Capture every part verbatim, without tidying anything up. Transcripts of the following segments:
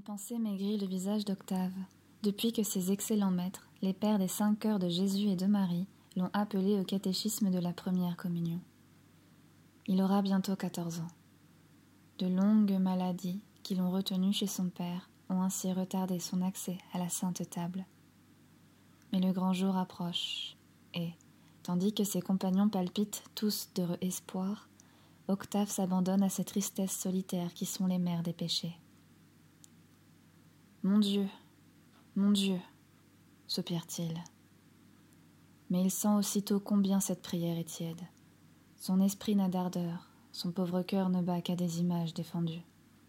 Une pensée maigrit le visage d'Octave, depuis que ses excellents maîtres, les pères des cinq cœurs de Jésus et de Marie, l'ont appelé au catéchisme de la première communion. Il aura bientôt quatorze ans. De longues maladies qui l'ont retenu chez son père ont ainsi retardé son accès à la sainte table. Mais le grand jour approche, et, tandis que ses compagnons palpitent tous d'heureux espoirs, Octave s'abandonne à ces tristesses solitaires qui sont les mères des péchés. « Mon Dieu, mon Dieu !» soupire-t-il. Mais il sent aussitôt combien cette prière est tiède. Son esprit n'a d'ardeur, son pauvre cœur ne bat qu'à des images défendues.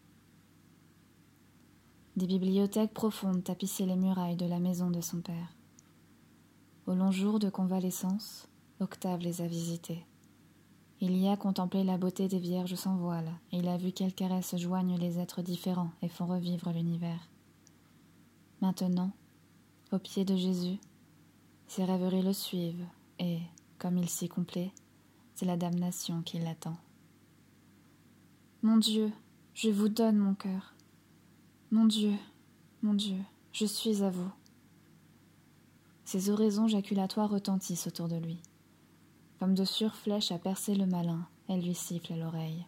Des bibliothèques profondes tapissaient les murailles de la maison de son père. Aux longs jours de convalescence, Octave les a visitées. Il y a contemplé la beauté des vierges sans voile, et il a vu quelles caresses joignent les êtres différents et font revivre l'univers. Maintenant, au pied de Jésus, ses rêveries le suivent, et, comme il s'y complaît, c'est la damnation qui l'attend. « Mon Dieu, je vous donne mon cœur. Mon Dieu, mon Dieu, je suis à vous. » Ses oraisons jaculatoires retentissent autour de lui. Comme de sûres flèches à percer le malin, elles lui sifflent à l'oreille.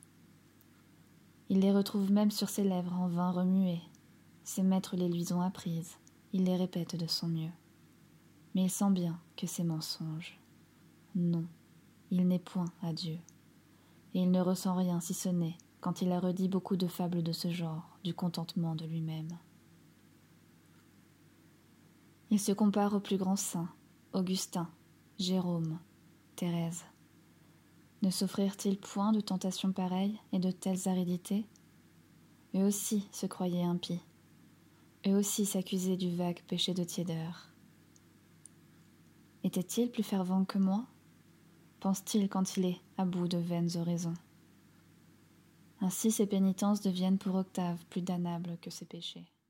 Il les retrouve même sur ses lèvres en vain remuées. Ses maîtres les lui ont apprises, il les répète de son mieux. Mais il sent bien que c'est mensonge. Non, il n'est point à Dieu. Et il ne ressent rien si ce n'est, quand il a redit beaucoup de fables de ce genre, du contentement de lui-même. Il se compare aux plus grands saints, Augustin, Jérôme, Thérèse. Ne s'offrirent-ils point de tentations pareilles et de telles aridités? Eux aussi se croyaient impies. Eux aussi s'accusaient du vague péché de tiédeur. Était-il plus fervent que moi? Pense-t-il quand il est à bout de vaines oraisons? Ainsi ses pénitences deviennent pour Octave plus damnables que ses péchés.